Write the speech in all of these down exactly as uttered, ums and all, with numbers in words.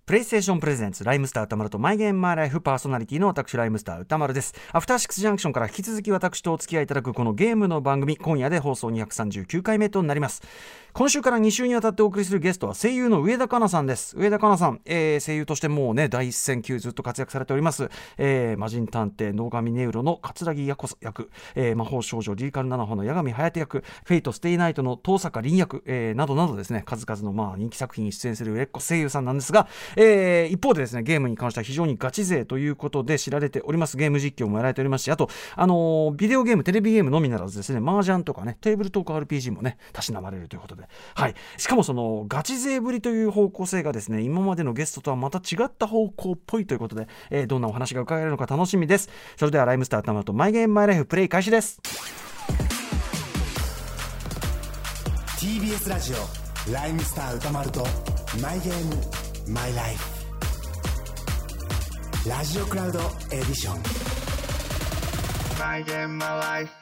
プレイステーションプレゼンツライムスター歌丸とマイゲームマイライフ、パーソナリティの私ライムスター歌丸です。アフターシックスジャンクションから引き続き私とお付き合いいただくこのゲームの番組、今夜で放送にひゃくさんじゅうきゅうかいめとなります。今週からに週にわたってお送りするゲストは声優の上田香菜さんです。上田香菜さん、えー、声優としてもうね第一線級ずっと活躍されております、えー、魔人探偵野上ネウロの桂木弥子役、えー、魔法少女リリカル七穂の八神颯役、フェイトステイナイトの遠坂凛役、えー、などなどですね、数々のまあ人気作品に出演する売れっ子声優さんなんですが、えー、一方でですね、ゲームに関しては非常にガチ勢ということで知られております。ゲーム実況もやられておりますし、あと、あのー、ビデオゲームテレビゲームのみならずですね、麻雀とかね、テーブルトーク アールピージー もねたしなまれるということで、はい、しかもそのガチ勢ぶりという方向性がですね、今までのゲストとはまた違った方向っぽいということで、えー、どんなお話が伺えるのか楽しみです。それではライムスター歌丸とマイゲームマイライフプレイ開始です。 ティービーエス ラジオライムスター歌丸とマイゲームマイライフラジオクラウドエディションマイゲームマイライフ。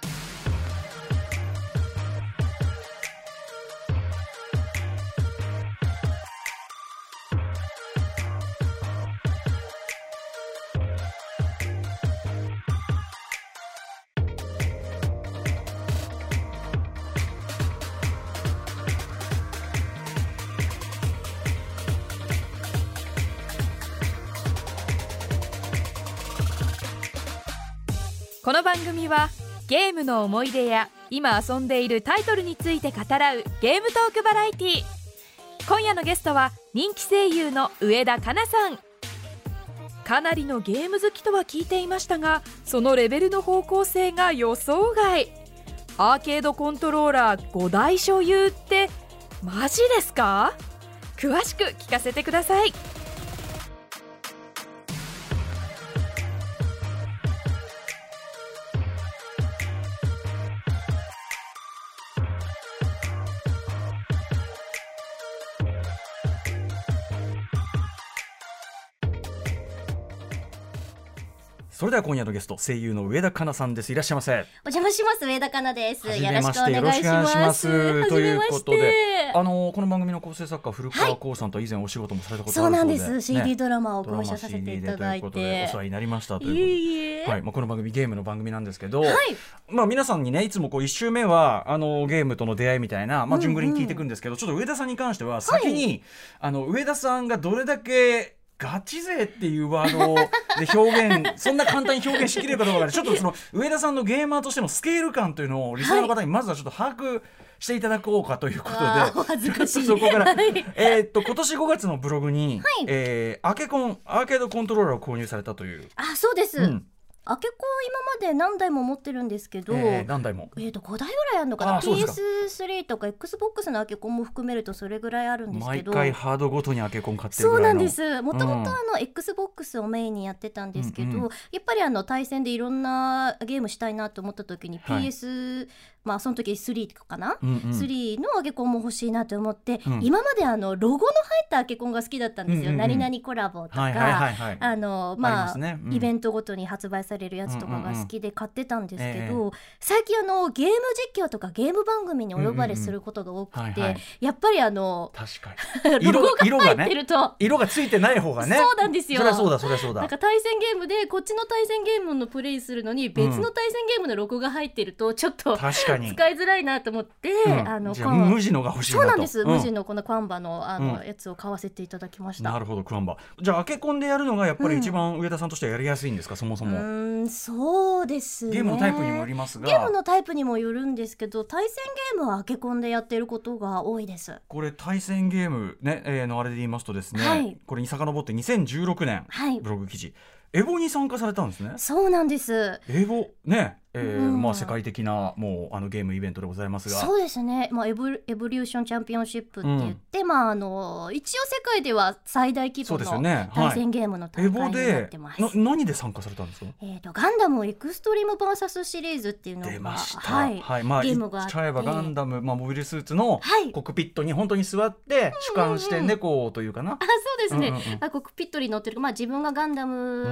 この番組はゲームの思い出や今遊んでいるタイトルについて語らうゲームトークバラエティー。今夜のゲストは人気声優の上田香菜さん。かなりのゲーム好きとは聞いていましたが、そのレベルの方向性が予想外。アーケードコントローラーごだい所有ってマジですか？詳しく聞かせてください。 それでは今夜のゲスト、声優の上田香菜さんです。いらっしゃいませ。 お邪魔します。上田香菜です。 はじめまして、 よろしくお願いします。 ということで、あのこの番組の構成作家古川光さんと以前お仕事もされたことあるそうで、 そうなんです。シーディー ドラマをご一緒させていただいて、 ね、お世話になりましたということで、 いえいえ、 はいまあ、この番組ゲームの番組なんですけど、 はいまあ、皆さんにねいつもこういち週目はあのゲームとの出会いみたいな、まあ、順繰りに聞いていくんですけど、うんうん、ちょっと上田さんに関しては先に、はい、あの上田さんがどれだけガチ勢っていうワードで表現そんな簡単に表現しきれるかどうかで、ちょっとその上田さんのゲーマーとしてのスケール感というのをリスナーの方にまずはちょっと把握していただこうかということで、 お恥ずかしい。 そこから、えー、っと今年ごがつのブログに、はいえー、アケコンアーケードコントローラーを購入されたという。 あ、そうです、うんアケコ今まで何台も持ってるんですけど、 えー、何台も、 えー、とごだいぐらいあるのかな。 ピーエススリー とか Xbox のアケコンも含めるとそれぐらいあるんですけど、 毎回ハードごとにアケコン買ってるぐらいの。 そうなんです。もともと Xbox をメインにやってたんですけど、うんうん、やっぱりあの対戦でいろんなゲームしたいなと思った時に ピーエス、はいまあ、その時スリーかな、うんうん、スリーのアケコンも欲しいなと思って、うん、今まであのロゴの入ったアケコンが好きだったんですよ、うんうんうん、何々コラボとか、はいはいはいはい、あのまあ、ねうん、イベントごとに発売されるやつとかが好きで買ってたんですけど、うんうんうん、最近あのゲーム実況とかゲーム番組にお呼ばれすることが多くて、うんうんうんはいはい、やっぱりあの確かにロゴが入ってると色, 色, が、ね、色がついてない方がね。 そうなんですよ。 そりゃそうだそりゃそうだ。 なんか対戦ゲームでこっちの対戦ゲームのプレイするのに別の対戦ゲームのロゴが入ってるとちょっと、うん、確かに使いづらいなと思って、うん、あの無地のが欲しいなと。 そうなんです、 うん、 無地のこのクワンバ の, あの、うん、やつを買わせていただきました。 なるほど、クワンバ。じゃあアケコンでやるのがやっぱり一番上田さんとしてはやりやすいんですか、うん、そもそも。 うーんそうですね。 ゲームのタイプにもよりますが、 ゲームのタイプにもよるんですけど、対戦ゲームはアケコンでやってることが多いです。 これ対戦ゲーム、ねえー、のあれで言いますとですね、はい、これに遡ってにせんじゅうろくねん、はい、ブログ記事エボに参加されたんですね。 そうなんです。 エボねえーうんまあ、世界的なもうあのゲームイベントでございますが、 そうですね、まあ、エボ、エボリューションチャンピオンシップって言って、うんまあ、あの一応世界では最大規模の対戦ゲームの大会になってます。 エボでな何で参加されたんですか。 えー、とガンダムエクストリームバーサスシリーズっていうのが出ました、 はいはいまあ、 ゲームがあって、 言っちゃえばガンダム、まあ、モビルスーツのコックピットに本当に座って主観視点でこうというかな、 あそうですね、 うんうんうん、 コックピットに乗ってる、まあ、自分がガンダム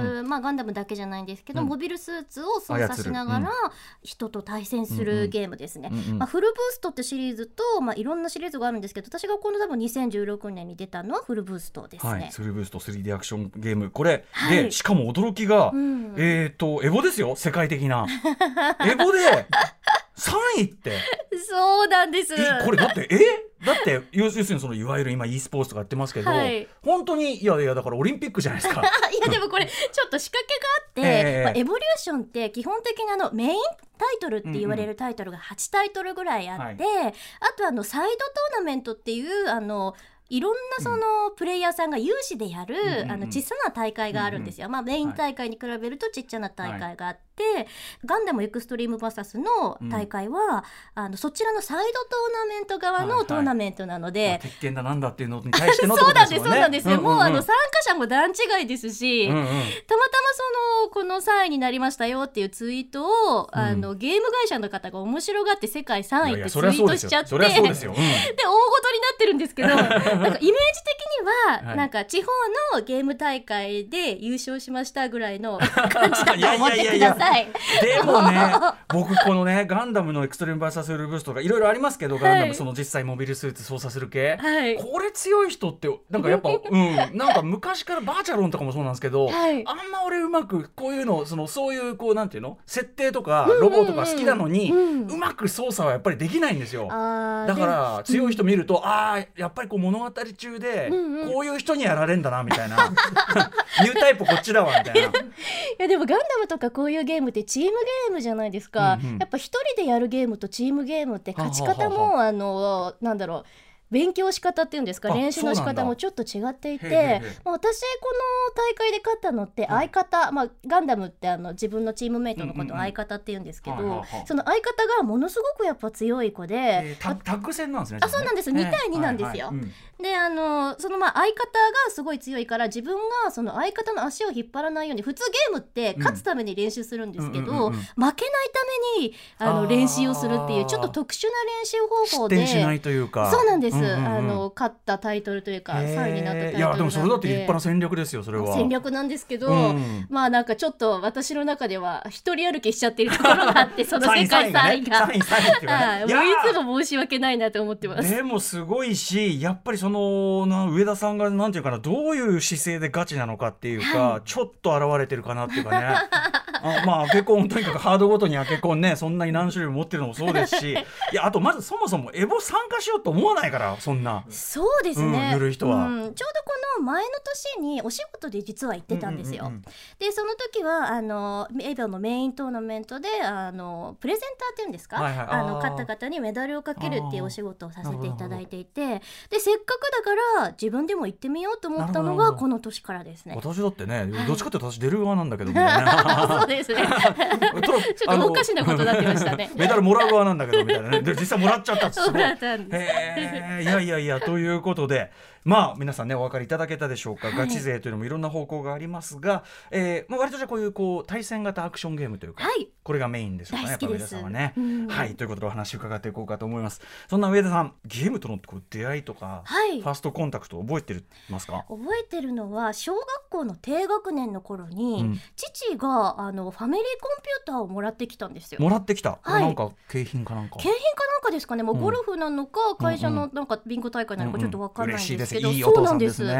うん、まあ、ガンダムだけじゃないんですけど、うん、モビルスーツを操作しながら人と対戦するゲームですね、うんうん、まあ、フルブーストってシリーズと、まあ、いろんなシリーズがあるんですけど、私がこの多分にせんじゅうろくねんに出たのはフルブーストですね、はい、 フルブースト スリーディー アクションゲーム、これ、はい、でしかも驚きが、うん、えーとエボですよ、世界的なエボでさんいってそうなんです。 これだってえだって要するにそのいわゆる今 e スポーツとかやってますけど、はい、本当にいやいやだからオリンピックじゃないですかいやでもこれちょっと仕掛けがあって、えーまあ、エボリューションって基本的にあのメインタイトルって言われるタイトルがはちタイトルぐらいあって、うんうん、あとあのサイドトーナメントっていうあのいろんなそのプレイヤーさんが有志でやる、うん、あの小さな大会があるんですよ、うんうん、まあ、メイン大会に比べるとちっちゃな大会があって、はい、ガンダムエクストリームバサスの大会は、うん、あのそちらのサイドトーナメント側のトーナメントなので、はいはい、まあ、 鉄拳だなんだっていうのに対してのってことですよねそうなんです、そうなんですよ、うんうんうん、もうあの参加者も段違いですし、うんうん、たまたまそのこのさんいになりましたよっていうツイートを、うん、あのゲーム会社の方が面白がって世界さんいってツイートしちゃって、で大ごとになってるんですけどなんかイメージ的には、はい、なんか地方のゲーム大会で優勝しましたぐらいの感じだと思ってくださいでもね僕このねガンダムのエクストリームバーサスフルブーストとかいろいろありますけど、はい、ガンダムその実際モビルスーツ操作する系、はい、これ強い人ってなんかやっぱうんなんか昔からバーチャロンとかもそうなんですけど、はい、あんま俺うまくこういうのそのそういうこうなんていうの設定とかロボとか好きなのに、うんうんうん、うまく操作はやっぱりできないんですよ。あだから強い人見ると、うん、ああやっぱりこう物語中で、うんうん、こういう人にやられんだなみたいなニュータイプこっちだわみたいないやでもガンダムとかこういうゲームってチームゲームじゃないですか、うんうん、やっぱ一人でやるゲームとチームゲームって勝ち方もはははあのなんだろう勉強仕方っていうんですか、練習の仕方もちょっと違っていて、へーへー、まあ、私この大会で勝ったのって相方、うん、まあ、ガンダムってあの自分のチームメイトのことを相方って言うんですけど、うんうん、その相方がものすごくやっぱ強い子で、 えー、タ, タッグ戦なんですね。 あ、そうなんです、にたいになんですよ、はいはい、うん、であのそのまあ相方がすごい強いから自分がその相方の足を引っ張らないように、普通ゲームって勝つために練習するんですけど、うんうんうんうん、負けないためにあの練習をするっていうちょっと特殊な練習方法で、 失点しないというか、 そうなんです、うんうんうん、あの勝ったタイトルというかさんいになったタイトルなので、いやでもそれだって立派な戦略ですよ。それは戦略なんですけど、うん、まあなんかちょっと私の中では一人歩きしちゃってるところがあってその世界さんいがいつも申し訳ないなと思ってます。 でもすごいし、やっぱりそのな上田さんがなんていうかな、どういう姿勢でガチなのかっていうか、はい、ちょっと現れてるかなっていうかねあ、まあアケコンとにかくハードごとにアケコンね、そんなに何種類も持ってるのもそうですしいやあとまずそもそもエボ参加しようと思わないから、そんなそうですね、 うん、ゆるい人は、うん、 ちょうどこの前の年にお仕事で実は行ってたんですよ、うんうんうんうん、でその時はあのエボのメイントーナメントであのプレゼンターっていうんですか、はいはい、あの勝った方にメダルをかけるっていうお仕事をさせていただいていて、でせっかくだから自分でも行ってみようと思ったのがこの年からですね。 私だってね、どっちかっていうと私出る側なんだけども、 ね、そうですねちょっとおかしなことになってましたねメダルもらう側なんだけどみたいなね、で実際もらっちゃったってすごいもらったんです。 へー、いやいやいやということで、まあ皆さんねお分かりいただけたでしょうか、はい、ガチ勢というのもいろんな方向がありますが、えーまあ、割とじゃこういうこう対戦型アクションゲームというか、はい、これがメインですよね、やっぱり皆さんはね、はい、ということでお話伺っていこうかと思います。そんな上田さん、ゲームとのこう出会いとか、はい、ファーストコンタクト覚えてますか？ 覚えてるのは小学校の低学年の頃に、うん、父があのファミリーコンピューターをもらってきたんですよ。 もらってきた、はい、なんか景品かなんか景品かなんかですかね、もうゴルフなのか、うん、会社のなんかビンゴ大会なのかちょっと分かんないんですけど、うんうん、 嬉しいです、いいお父さんです。 うんうん、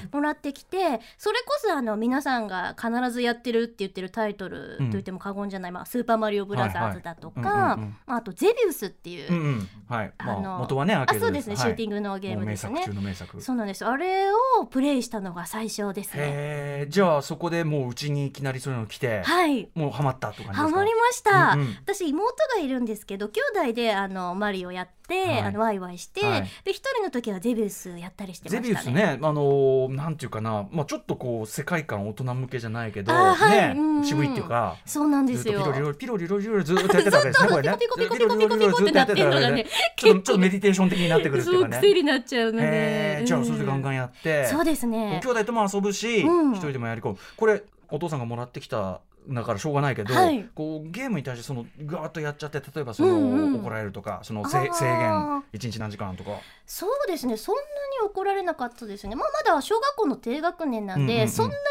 もらってきて、それこそあの皆さんが必ずやってるって言ってるタイトルと言っても過言じゃない、うん、まあ、スーパーマリオブラザーズだとか、あとゼビウスっていう、うんうん、はい、あの、まあ、元はねアーケードです。あ、そうですね、はい、シューティングのゲームですね。 名作中の名作。 そうなんです。あれをプレイしたのが最初ですね。 へー、じゃあそこでもううちにいきなりそういうの来て、はい、もうハマったとかですか？ ハマりました、うんうん、私妹がいるんですけど、兄弟であのマリオやって、はい、あのワイワイして、はい、で一人の時はゼビウスやったりしてましたね。 ゼビウスね、あのなんていうかな、まあ、ちょっとこう世界観大人向けじゃないけど、はい、ね、うんうん、渋いっていうか、 そうなんですよ。 ずっとピロリロリロリずっとやってたわけですねこれね。 ピコピコピコピコピコってなってるのがね、 ちょっとちょっとメディテーション的になってくるっていうかね。 そう癖になっちゃうので、 じゃあそれでガンガンやって、 そうですね。 兄弟とも遊ぶし、うん、一人でもやり込む。これお父さんがもらってきただからしょうがないけど、はい、こうゲームに対してそのガーッとやっちゃって、例えばその、うんうん、怒られるとか、その制限いちにち何時間とか。そうですね、そんなに怒られなかったですね、まあ、まだ小学校の低学年なんで、うんうんうん、そんなにきっと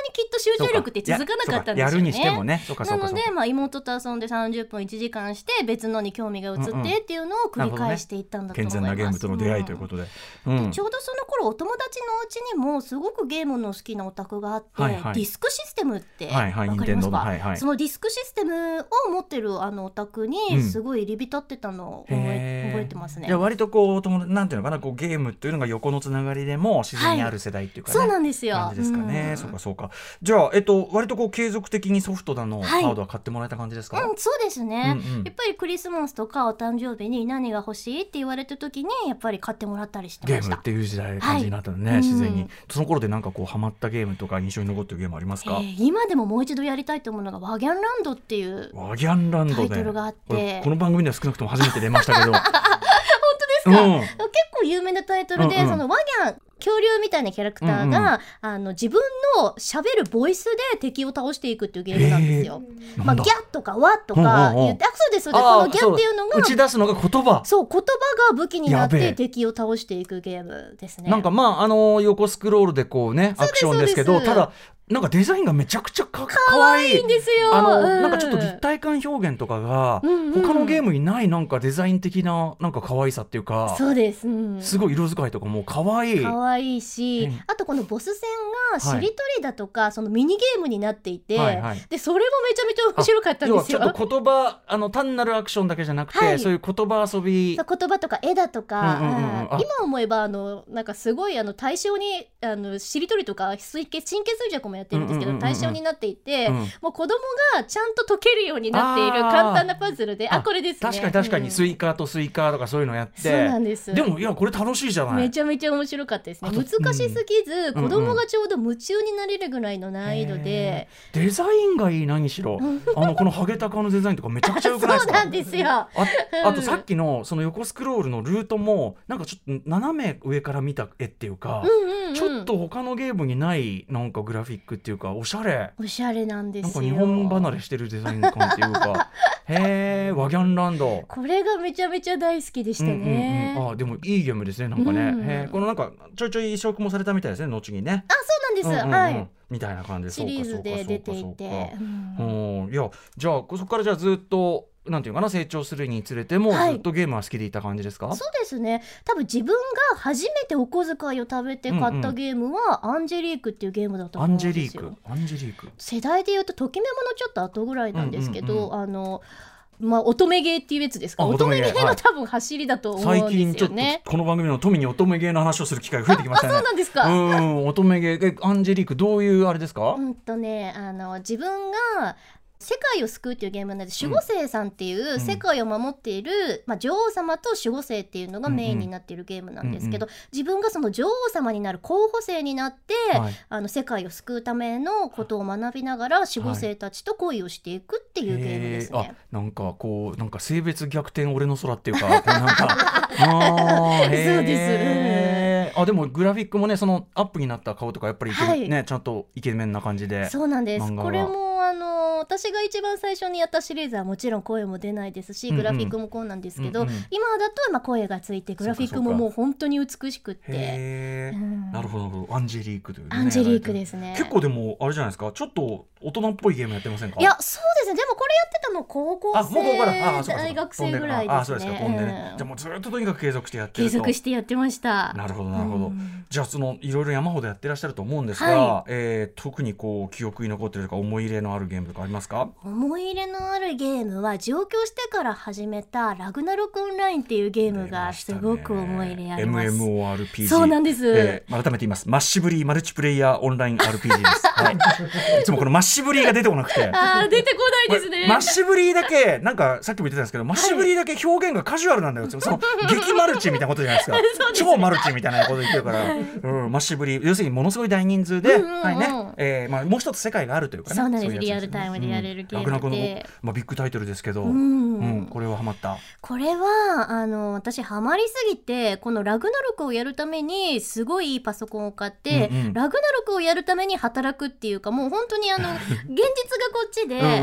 集中力って続かなかったんですよね。 やるにしてもね。そうかそうかそうか。 なので、まあ、妹と遊んでさんじゅっぷんいちじかんして別のに興味が移ってっていうのを繰り返していったんだと思います。 健全なゲームとの出会いということで、 うん、でちょうどその頃お友達のうちにもすごくゲームの好きなオタクがあって、はいはい、ディスクシステムって分かりますか、はいはい、そのディスクシステムを持ってるあのオタクにすごい入り浸ってたのを覚え、うん、覚えてますね。 いや割とこうなんていうのかな、こうゲームというのが横のつながりでも自然にある世代っていうかね、 はい、そうなんですよ。 感じですかね、うん、そうかそうか。じゃあ、えっと、割とこう継続的にソフトだの、はい、ハードは買ってもらえた感じですか？ うん、そうですね、うんうん、やっぱりクリスマスとかお誕生日に何が欲しいって言われた時にやっぱり買ってもらったりしてました。 ゲームっていう時代感じになったのね、はい、自然に、うん、その頃でなんかこうハマったゲームとか印象に残ってるゲームありますか？ えー、今でももう一度やりたいと思うのがワギャンランドっていうワギャンランド、ね、 タイトルがあって、 この番組では少なくとも初めて出ましたけど本当ですか、うん、結構有名なタイトルで、うんうん、そのワギャン恐竜みたいなキャラクターが、うんうん、あの自分の喋るボイスで敵を倒していくっていうゲームなんですよ。まあ、ギャッとかワッとか言って、あ、そうですそうです。このギャッっていうのが打ち出すのが言葉、 そう言葉が武器になって敵を倒していくゲームですね。 なんかまああの横スクロールでこうねアクションですけど、ただなんかデザインがめちゃくちゃかわいい。 かわいいんですよ。 あの、うん、なんかちょっと立体感表現とかが、うんうん、他のゲームにないなんかデザイン的ななんか可愛さっていうか、 そうです、うん、 すごい色使いとかも可愛い。 可愛いし、うん、あとこのボス戦がしりとりだとか、はい、そのミニゲームになっていて、はいはい、でそれもめちゃめちゃ面白かったんですよ。 ちょっと言葉あの単なるアクションだけじゃなくて、はい、そういう言葉遊び、 そう言葉とか絵だとか、うんうんうん、今思えばあのなんかすごいあの対象にあのしりとりとか神経衰弱もやってるんですけど、うんうんうんうん、対象になっていて、うん、もう子供がちゃんと解けるようになっている簡単なパズルで、あ, あこれですね。 確かに確かに、うん、スイカとスイカとかそういうのやって、 そうなんです。 でもいやこれ楽しいじゃない。 めちゃめちゃ面白かったですね。難しすぎず、うん、子供がちょうど夢中になれるぐらいの難易度で、 うん、デザインがいい。何しろあのこのハゲタカのデザインとかめちゃくちゃ良くないですか？ そうなんですよ。 あ, あとさっきのその横スクロールのルートもなんかちょっと斜め上から見た絵っていうか、うんうんうん、ちょっと他のゲームにないなんかグラフィックっていうかおしゃれおしゃれなんですよ。 なんか日本離れしてるデザイン感っていうかへーワギャンランド、 これがめちゃめちゃ大好きでしたね、 うんうんうん、あでもいいゲームですねなんかね、うん、へこのなんかちょいちょい移植もされたみたいですね後にね。 あそうなんです、うんうんうん、はいみたいな感じでシリーズで出ていて、 うん、いやじゃあそこからじゃあずっとなんていうかな成長するにつれてもずっとゲームは好きでいた感じですか？はい、 そうですね。多分自分が初めてお小遣いを食べて買ったゲームは、うんうん、アンジェリークっていうゲームだと思うんですよ。アンジェリーク、アンジェリーク世代でいうとときメモのちょっと後ぐらいなんですけど、うんうんうん、あのまあ、乙女ゲーっていうやつですか。乙女ゲーの多分走りだと思うんですよね。最近ちょっとこの番組の富に乙女ゲーの話をする機会が増えてきましたね。 あ、そうなんですか。 うん乙女ゲーアンジェリークどういうあれですか？ うんとねあの自分が世界を救うっていうゲームなので、守護聖さんっていう世界を守っている、うんまあ、女王様と守護聖っていうのがメインになっているゲームなんですけど、うんうん、自分がその女王様になる候補生になって、はい、あの世界を救うためのことを学びながら守護聖たちと恋をしていくっていうゲームですね。 はい、あなんかこうなんか性別逆転俺の空っていうかなんかあへそうです、 うん、あでもグラフィックもねそのアップになった顔とかやっぱり、はいね、ちゃんとイケメンな感じで。 そうなんです。これもあの私が一番最初にやったシリーズはもちろん声も出ないですし、グラフィックもこうなんですけど、うんうん、今だとまあ声がついてグラフィックももう本当に美しくって、 へ、うん、なるほどアンジェリークという、ね、 アンジェリークですね。 結構でもあれじゃないですかちょっと大人っぽいゲームやってませんか？ いやそうですね。でもこれやってたの高校生大学生ぐらいですね。あそうですか飛んでね、うん、じゃあもうずっととにかく継続してやってると。継続してやってました。 なるほどなるほど、うん、じゃあそのいろいろ山ほどやってらっしゃると思うんですが、はいえー、特にこう記憶に残ってるとか思い入れのあるゲームとかありますか？ 思い入れのあるゲームは上京してから始めたラグナロクオンラインっていうゲームがすごく思い入れあります。 エムエムオーアールピージーそうなんです、 えー、改めて言いますマッシブリーマルチプレイヤーオンライン アールピージー です、はい、いつもこのマッシブリーが出てこなくてあ出てこないですね。 マッシブリーだけなんかさっきも言ってたんですけどマッシブリーだけ表現がカジュアルなんだよ、はい、その激マルチみたいなことじゃないですか超マルチみたいなこと言ってるから、はいうん、マッシブリー要するにものすごい大人数で、うんうんうんはいねえーまあ、もう一つ世界があるというかね。 そうなんです。リアルタイムでやれるゲームで、うん、なかなかの、 まあ、ビッグタイトルですけど、うんうん、これはハマった。 これはあの私ハマりすぎてこのラグナロクをやるためにすごいいいパソコンを買って、うんうん、ラグナロクをやるために働くっていうかもう本当にあの現実がこっちでうんうんうんうんあ事務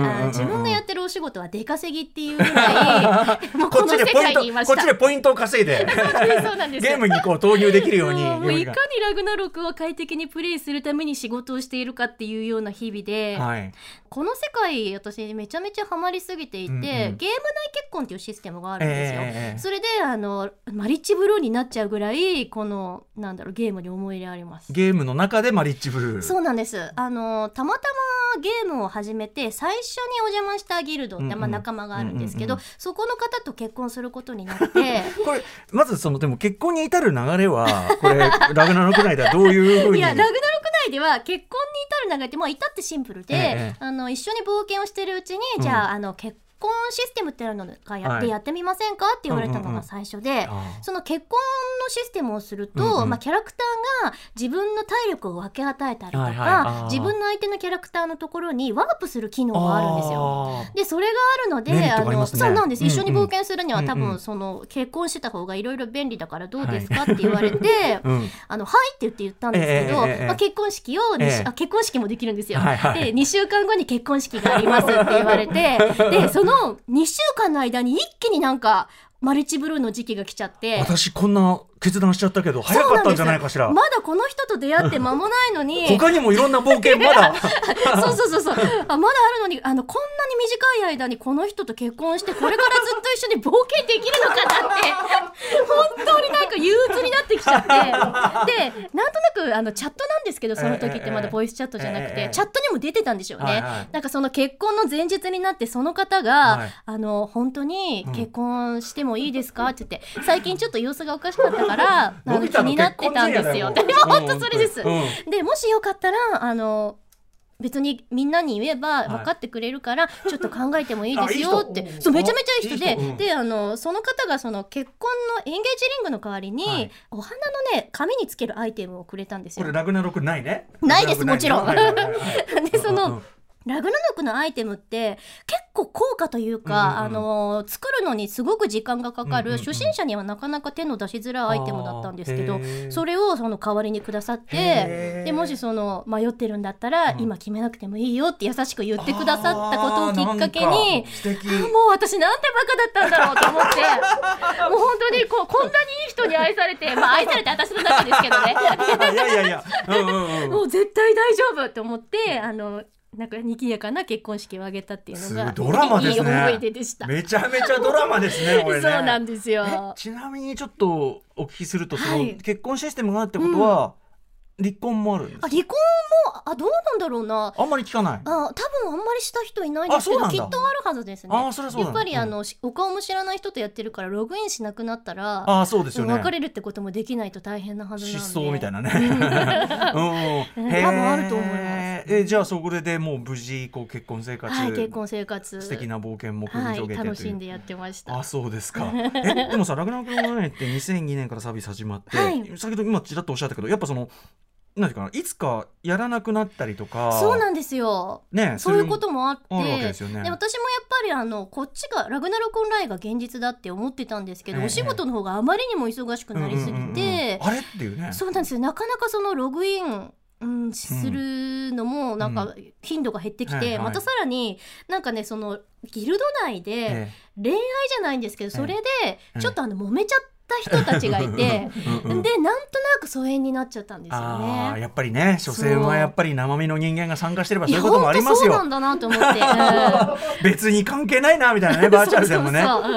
分がやってるお仕事は出稼ぎっていうぐらいもうこの世界にいました。 こっちでポイントを稼いでそうなんですゲームにこう投入できるようにもういかにラグナロクを快適にプレイするために仕事をしているかっていうような日々で、はい、この世界私めちゃめちゃハマりすぎていて、うんうん、ゲーム内結婚っていうシステムがあるんですよ、えー、それであのマリッジブルーになっちゃうぐらいこのなんだろうゲームに思い入れあります。 ゲームの中でマリッジブルー。 そうなんです。あのたまたまゲームを始めて最初にお邪魔したギルドって、うんうんまあ、仲間があるんですけど、うんうんうん、そこの方と結婚することになってこれまずそのでも結婚に至る流れはこれラグナロク内ではどういうふうにいやラグナロク内では結婚に至る流れって、まあ、至ってシンプルで、ええ、あの一緒に冒険をしているうちに、うん、じゃあ、あの結婚結婚システムっていうのがやって、はい、やってみませんかって言われたのが最初で、うんうんうん、その結婚のシステムをすると、うんうんまあ、キャラクターが自分の体力を分け与えたりとか、はいはい、自分の相手のキャラクターのところにワープする機能があるんですよ。でそれがあるので、あのそうなんです、うんうん、一緒に冒険するには多分その結婚してた方がいろいろ便利だからどうですか、はい、って言われて、うん、あのはいって言って言ったんですけど、えーまあ、結婚式を、えー、あ結婚式もできるんですよ、はいはい、でにしゅうかんごに結婚式がありますって言われてでそのにしゅうかんの間に一気になんかマリッジブルーの時期が来ちゃって、 私こんな決断しちゃったけど早かったんじゃないかしら。 まだこの人と出会って間もないのに他にもいろんな冒険まだそうそうそうそうあまだあるのにあのこんなに短い間にこの人と結婚してこれからずっと一緒に冒険できるのかなって本当になんか憂鬱になってきちゃってでなんとなくあのチャットなんですけどその時ってまだボイスチャットじゃなくて、えーえー、チャットにも出てたんでしょうね、はいはい、なんかその結婚の前日になってその方が、はい、あの本当に結婚してもいいですかって言って最近ちょっと様子がおかしかったからあの気になってたんですよ。本当それです、うん、でもしよかったらあの別にみんなに言えば分かってくれるから、はい、ちょっと考えてもいいですよっていいそうめちゃめちゃいい人で、いい人、うん、であのその方がその結婚のエンゲージリングの代わりに、はい、お花のね紙につけるアイテムをくれたんですよ。 これラグナロクないね。 ないですもちろん。でその、うんうんラグナロクのアイテムって結構高価というか、うんうん、あの作るのにすごく時間がかかる、うんうんうん、初心者にはなかなか手の出しづらいアイテムだったんですけどそれをその代わりにくださってでもしその迷ってるんだったら、うん、今決めなくてもいいよって優しく言ってくださったことをきっかけにもう私なんてバカだったんだろうと思ってもう本当にこうこんなにいい人に愛されてまあ愛されて私の中ですけどねいやいやいや、うんうんうん、 もう絶対大丈夫って思ってあのなんかにぎやかな結婚式を挙げたっていうのがドラマですね。 いい思い出でした。 めちゃめちゃドラマですねこれね。 そうなんですよ。 ちなみにちょっとお聞きすると、はい、その結婚システムがあるってことは、うん離婚もあるんですか。 あ離婚もあどうなんだろうなあんまり聞かないあ多分あんまりした人いないんですけどきっとあるはずですね。 あそれそうやっぱりあの、うん、お顔も知らない人とやってるからログインしなくなったらあそうですよね別れるってこともできないと大変なはずなんで失踪みたいなね、 うん、多分あると思います。 えじゃあそこでもう無事こう結婚生活、 はい、結婚生活素敵な冒険も繰り広げて、 はい、楽しんでやってました。 あそうですかえでもさラグナロクの前ってにせんにねんからサービス始まって、はい、先ほど今ちらっとおっしゃったけどやっぱそのなんていうかないつかやらなくなったりとかそうなんですよ、ね、そういうこともあってあるわけですよね。 で私もやっぱりあのこっちがラグナロクオンラインが現実だって思ってたんですけど、えー、お仕事の方があまりにも忙しくなりすぎて、うんうんうんうん、 あれっていうねそうなんですよなかなかそのログインうん、するのもなんか頻度が減ってきて、うんはいはい、またさらになんかねそのギルド内で恋愛じゃないんですけど、えー、それでちょっとあの揉めちゃって人たちがいてうん、うん、でなんとなく疎遠になっちゃったんですよね。 あやっぱりね所詮はやっぱり生身の人間が参加してればそういうこともありますよ。 そうなんだなと思って、うん、 別に関係ないなみたいなねバーチャルでもね。 そうそうそう、うん、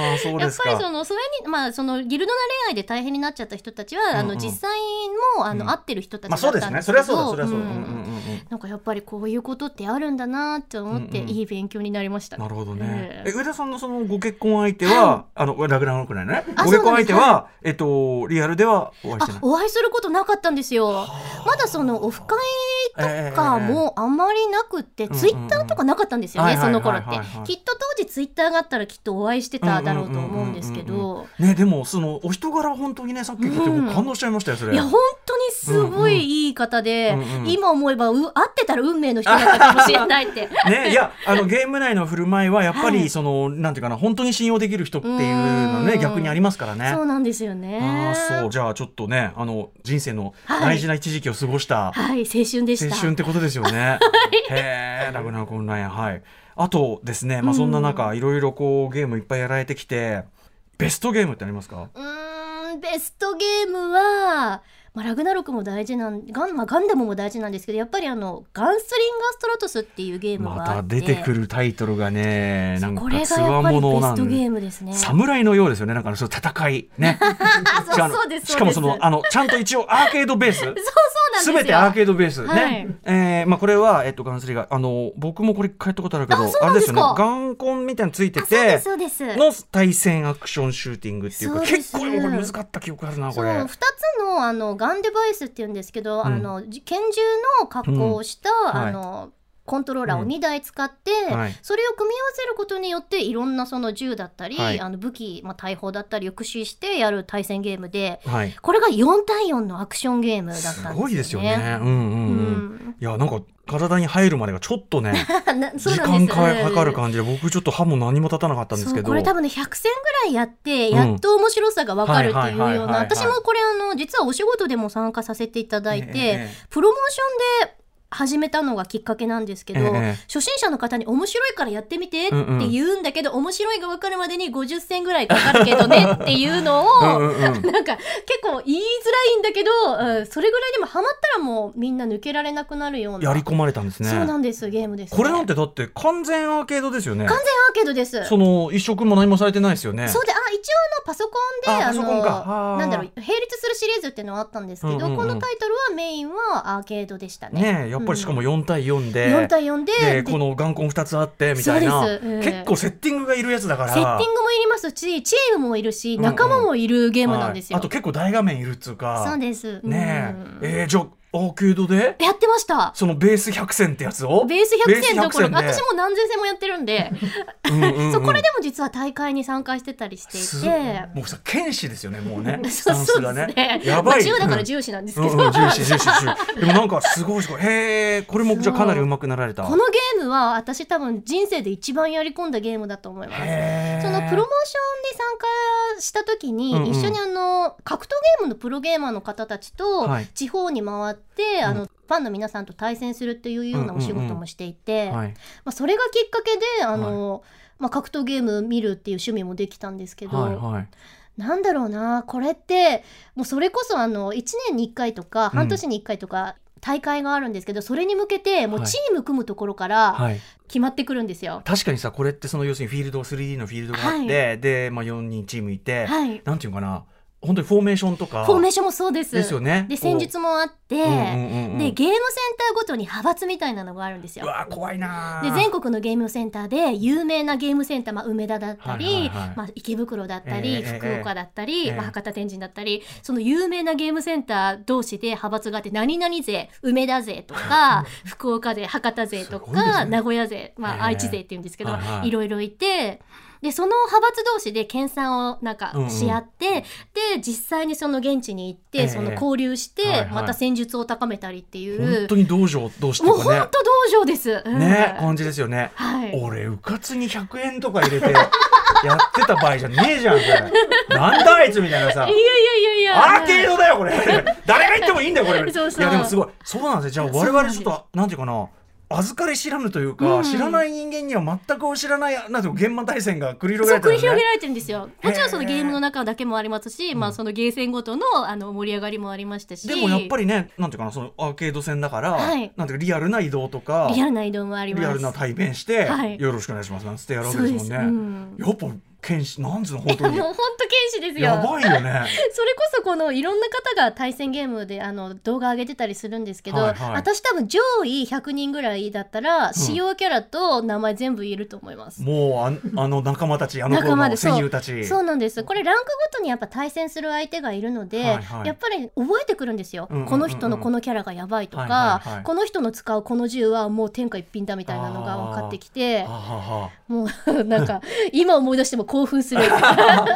あそうですか。やっぱりその疎遠に、まあ、そのギルドな恋愛で大変になっちゃった人たちは、うんうん、あの実際もあの、うん、会ってる人たちだったんですけど、まあ、そうですねそれはそうだそれはそうだ、うんうんうん、なんかやっぱりこういうことってあるんだなと思って、うんうん、いい勉強になりました。 なるほどね、えー、え上田さんのそのご結婚相手は、はい、あのラグナロクないねご結婚相手はえっと、リアルではお会いしてない。 お会いすることなかったんですよ。まだそのオフ会とかもあんまりなくって、えー、ツイッターとかなかったんですよね、その頃って。きっと当時ツイッターがあったらきっとお会いしてただろうと思うんですけど、 ね、でもそのお人柄は本当にねさっき聞いても感動しちゃいましたよそれ。 いや本当にすごいいい方で、 うんうん、 今思えばう会ってたら運命の人だったかもしれないってね、いやあのゲーム内の振る舞いはやっぱり、はい、そのなんていうかな本当に信用できる人っていうのね逆にありますからね。 そうなんですよね。 あそうじゃあちょっとねあの人生の大事な一時期を過ごした、 はい、はい、青春でした。 青春ってことですよね。はい、へえラグナークオンライン。はい。あとですね、まあ、そんな中いろいろこうゲームいっぱいやられてきてベストゲームってありますか？ うーんベストゲームはまあ、ラグナロクも大事なんガン、まあ、ガンダムも大事なんですけどやっぱりあのガンスリンガーストラトスっていうゲームがあってまた出てくるタイトルがねなんかこれがやっぱりベストゲームですね。 侍のようですよね。なんかその戦いねそうそうですしかもそのあのちゃんと一応アーケードベースそうそうなんですよ。全てアーケードベースね、はい、えーまあ、これは、えっと、ガンスリーがあの僕もこれ買ったことあるけど あ, あれですよねガンコンみたいなのついてての対戦アクションシューティングっていうか結構これ難かった記憶あるなこれ。 そうふたつ の, あのガンデバイスっていうんですけど、うん、あの拳銃の格好をした、うん、あの、はいコントローラーをにだい使って、うんはい、それを組み合わせることによっていろんなその銃だったり、はい、あの武器、まあ、大砲だったりを駆使してやる対戦ゲームで、はい、これがよんたいよんのアクションゲームだったんですよね。 すごいですよね、うんうんうんうん、いやなんか体に入るまでがちょっとね時間かかる感じで僕ちょっと歯も何も立たなかったんですけどこれ多分ねひゃくせんぐらいやってやっと面白さが分かるっていうような私もこれあの実はお仕事でも参加させていただいて、えー、プロモーションで始めたのがきっかけなんですけど、ええ、初心者の方に面白いからやってみてって言うんだけど、うんうん、面白いが分かるまでにごじゅっせんぐらいかかるけどねっていうのをうんうん、なんか結構言いづらいんだけど、うん、それぐらいでもハマったらもうみんな抜けられなくなるようなやり込まれたんですね。 そうなんですゲームです、ね、 これなんてだって完全アーケードですよね。 完全アーケードです。 その一色も何もされてないですよね。 そうであ一応あのパソコンであのなんだろう並列するシリーズっていうのはあったんですけど、うんうんうん、このタイトルはメインはアーケードでしたね。 ねやっぱりしかもよんたいよんで、 よんたいよん で, でこの眼根ふたつあってみたいな、えー、結構セッティングがいるやつだからセッティングもいりますしチームもいるし仲間もいるゲームなんですよ、 うんうんはい、あと結構大画面いるっつうか。 そうですねえ、うん、えー、じゃあアーケードでやってました。 そのベースひゃくせんってやつをベースひゃくせんどころか私も何千戦もやってるんでうんうん、うん、そうこれでも実は大会に参加してたりしていてもうさ剣士ですよねもうねスタンスがねねやばい、まあ、銃だから重視なんですけど、うんうん、 重視重視重視でもなんかすごいすごいへえこれもじゃあかなり上手くなられた。 このゲームは私多分人生で一番やり込んだゲームだと思います。そのプロモーションで参加した時に、うんうん、一緒にあの格闘ゲームのプロゲーマーの方たちと地方に回って、はい、あの、うんファンの皆さんと対戦するっていうようなお仕事もしていて、うんうんうんはいまあ、それがきっかけであの、はいまあ、格闘ゲーム見るっていう趣味もできたんですけど、はいはい、なんだろうなこれってもうそれこそあのいちねんにいっかいとか半年にいっかいとか大会があるんですけど、うん、それに向けてもうチーム組むところから決まってくるんですよ、はい、 確かにさこれってその要するにフィールド スリーディー のフィールドがあって、はい、で、まあ、よにんチームいて、はい、なんていうかな本当にフォーメーションとかフォーメーションもそうですですよね。 で戦術もあって、うんうんうんうん、でゲームセンターごとに派閥みたいなのがあるんですよ。 うわ怖いな。 で全国のゲームセンターで有名なゲームセンター、まあ、梅田だったり、はいはいはいまあ、池袋だったり、えー、福岡だったり、えーまあ、博多天神だったりその有名なゲームセンター同士で派閥があって何々勢梅田勢とか福岡勢博多勢とか、ね、名古屋勢、まあ、愛知勢っていうんですけど、えーはいはい、いろいろいてでその派閥同士で研鑽をなんかし合って、うんうん、で実際にその現地に行って、えー、その交流して、はいはい、また戦術を高めたりっていう本当に道場同士とかねもう本当道場です、うん、 ね感じですよね、はい、俺うかつにひゃくえんとか入れてやってた場合じゃねえじゃんこれなんだあいつみたいなさいやいやいやいやアーケードだよこれ誰が言ってもいいんだよこれそうそういやでもすごいそうなんですよ。じゃあ我々ちょっとなんていうかな預かり知らぬというか、うん、知らない人間には全く知らないなんていう現場対戦が繰り広げられてるんですね。 そう繰り広げられてるんですよ。もちろんそのゲームの中だけもありますし、まあ、そのゲーセンごと の, あの盛り上がりもありましたしでもやっぱりねなんていうかなそのアーケード戦だから、はい、なんていうかリアルな移動とかリアルな移動もあります。 リアルな対面して、はい、よろしくお願いしますなんつってやるわけですもんね、うん、やっぱ剣士なんつうの本当にもう本当剣士ですよ。 やばいよねそれこそこのいろんな方が対戦ゲームであの動画上げてたりするんですけど、はいはい、私多分上位ひゃくにんぐらいだったら、うん、使用キャラと名前全部言えると思います。 もう あ, あの仲間たちあの頃の戦友たちそう, そうなんです。これランクごとにやっぱ対戦する相手がいるので、はいはい、やっぱり覚えてくるんですよ、うんうんうんうん、この人のこのキャラがやばいとか、はいはいはい、この人の使うこの銃はもう天下一品だみたいなのが分かってきてもうなんか今思い出しても興奮するいやー、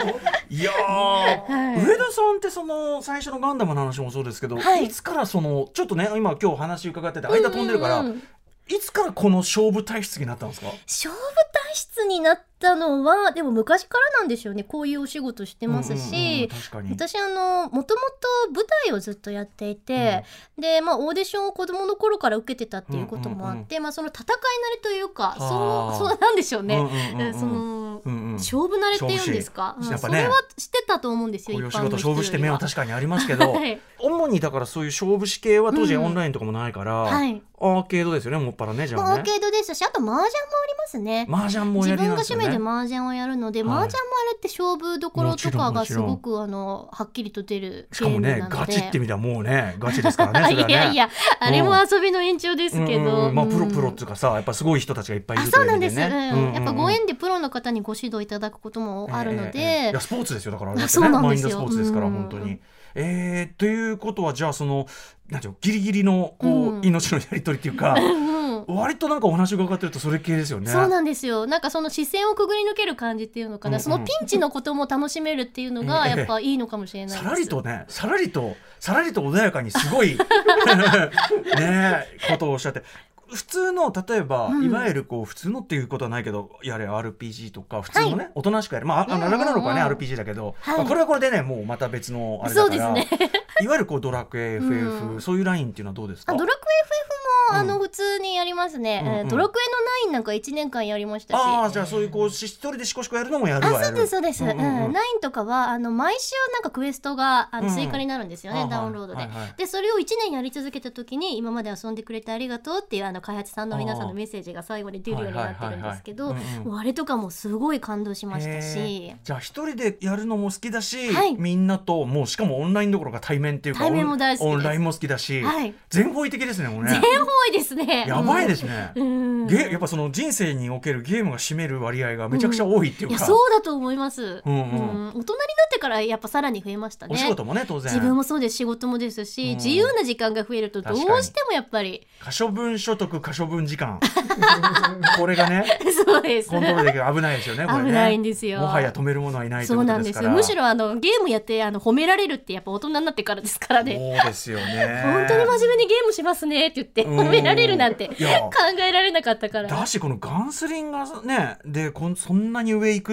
はい、 上田さんってその最初のガンダムの話もそうですけど、はい、いつからそのちょっとね今今日話伺ってて間飛んでるから、うんうんうん、いつからこの勝負体質になったんですか？ 勝負体質になったのはでも昔からなんでしょうね。こういうお仕事してますし、うんうんうん、私あのもともと舞台をずっとやっていて、うん、で、まあ、オーディションを子どもの頃から受けてたっていうこともあって、うんうんうん、まあ、その戦い慣れというかそうそうなんでしょうね、うんうんうん、その、うんうん、勝負慣れっていうんですか、うんね、それはしてたと思うんですよ。 こういう仕事勝負して目は確かにありますけど、はい、主にだからそういう勝負師系は当時オンラインとかもないから、うんはい、アーケードですよねもっぱらね。じゃあねアーケードですし、あと麻雀もありますね。 麻雀もやりますよね。 自分が趣味で麻雀をやるので、はい、麻雀もあれって勝負どころとかがすごくあのはっきりと出るゲームなので、しかもねガチってみたらもうねガチですからねそれはねいやいやあれも遊びの延長ですけど、うんうんうん、 まあ、プロプロっていうかさやっぱすごい人たちがいっぱいいるという意味でね。あ、そうなんです、うんうんうん、やっぱご縁でプロの方にご指導いただくこともあるので、えーえー、いやスポーツですよだからね、そうなんですよ、マインドスポーツですから、うん、本当に。えー、ということはじゃあそのなんていうのギリギリのこう、うん、命のやり取りっていうか割となんかお話伺ってるとそれ系ですよね。 そうなんですよ。なんかその視線をくぐり抜ける感じっていうのかな、うんうん、そのピンチのことも楽しめるっていうのがやっぱいいのかもしれないです、えー、 さらりとねさらりとさらりと穏やかにすごいねことをおっしゃって、普通の例えば、うん、いわゆるこう普通のっていうことはないけどやれ アールピージー とか普通のね、はい、おとなしくやる、まあラグナロクはね アールピージー だけど、はい、まあ、これはこれでねもうまた別のあれだから、そうですねいわゆるこうドラクエ エフエフ、うん、そういうラインっていうのはどうですか？ あ、ドラクエ エフエフも、うん、あの普通にやりますね、うんうん、ドラクエのナインなんかいちねんかんやりましたし。 ああ、じゃあそういうこう一人でシコシコやるのもやるわやる。 あ、そうですそうです、うんうんうん、ナインとかはあの毎週なんかクエストがあの追加になるんですよね、うん、ダウンロードで、はいはい、でそれをいちねんやり続けた時に今まで遊んでくれてありがとうっていうあの開発さんの皆さんのメッセージが最後に出るようになってるんですけど、あれとかもすごい感動しましたし。 じゃあ一人でやるのも好きだし、はい、みんなともうしかもオンラインどころか対面っていうか対面も大好きです。 オンラインも好きだし、はい、全方位的ですねもうね。 全方位ですね。 やばいですね、うん、ゲやっぱその人生におけるゲームが占める割合がめちゃくちゃ多いっていうか、うん、いやそうだと思います、うんうんうん、大人になってからやっぱさらに増えましたね。 お仕事もね当然自分もそうです、仕事もですし、うん、自由な時間が増えるとどうしてもやっぱり可処分所得可処分時間これがねそうですコントロールできる危ないですよねこれね。 危ないんですよ。 もはや止めるものはいないということですから。そうなんですよ。 むしろあのゲームやってあの褒められるってやっぱ大人になってからですからね。 そうですよね本当に真面目にゲームしますねって言って褒められるなんて考えられなかったから。 だしこのガンスリンがねでこんそんなに上行くって、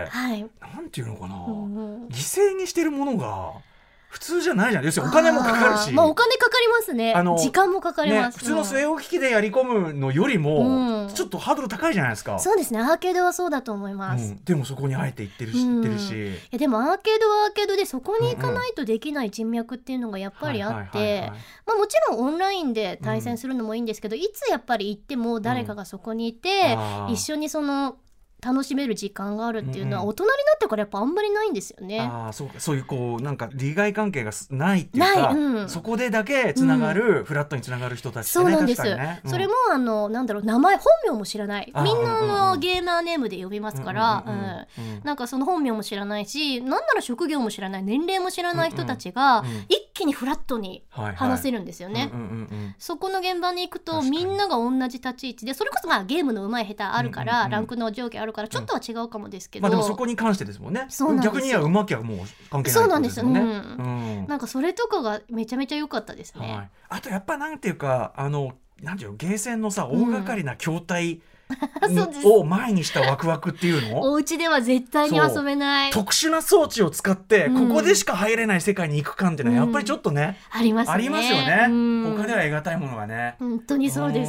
はい、 なんていうのかな、うんうん、犠牲にしてるものが普通じゃないじゃん。要するにお金もかかるし、 まあ、お金かかりますね。時間もかかります、 ね、普通の据え置き機でやり込むのよりも、うん、ちょっとハードル高いじゃないですか。 そうですね、アーケードはそうだと思います、うん、 でもそこにあえて行ってるし、うん、行ってるし、いやでもアーケードはアーケードでそこに行かないとできない人脈っていうのがやっぱりあってもちろんオンラインで対戦するのもいいんですけど、うん、いつやっぱり行っても誰かがそこにいて、うん、一緒にその楽しめる時間があるっていうのは大人になってからやっぱあんまりないんですよね、うんうん、 あそうか、そういうこうなんか利害関係がないっていうか、うん、そこでだけつながる、うん、フラットにつながる人たちってね、 そうなんです、 確かにね、 うん、それもあのなんだろう名前本名も知らない、みんなの、うんうん、ゲーマーネームで呼びますからなんかその本名も知らないしなんなら職業も知らない年齢も知らない人たちが一気にフラットに話せるんですよね。そこの現場に行くとみんなが同じ立ち位置でそれこそまあゲームの上手い下手あるから、うんうんうん、ランクの上下あるからちょっとは違うかもですけど、 まあ、でもそこに関してですもんね。逆にはうまきゃもう関係ないってことですもんね。そうなんですよ、うんうん、 なんかそれとかがめちゃめちゃ良かったですね、はい、 あとやっぱなんていうかあのなんていうのゲーセンのさ大掛かりな筐体、うんを前にしたワクワクっていうのお家では絶対に遊べない特殊な装置を使って、うん、ここでしか入れない世界に行く感っていうのはやっぱりちょっとね、 うん、ありますね。 ありますよね、うん、他では得難いものがね。 本当にそうです。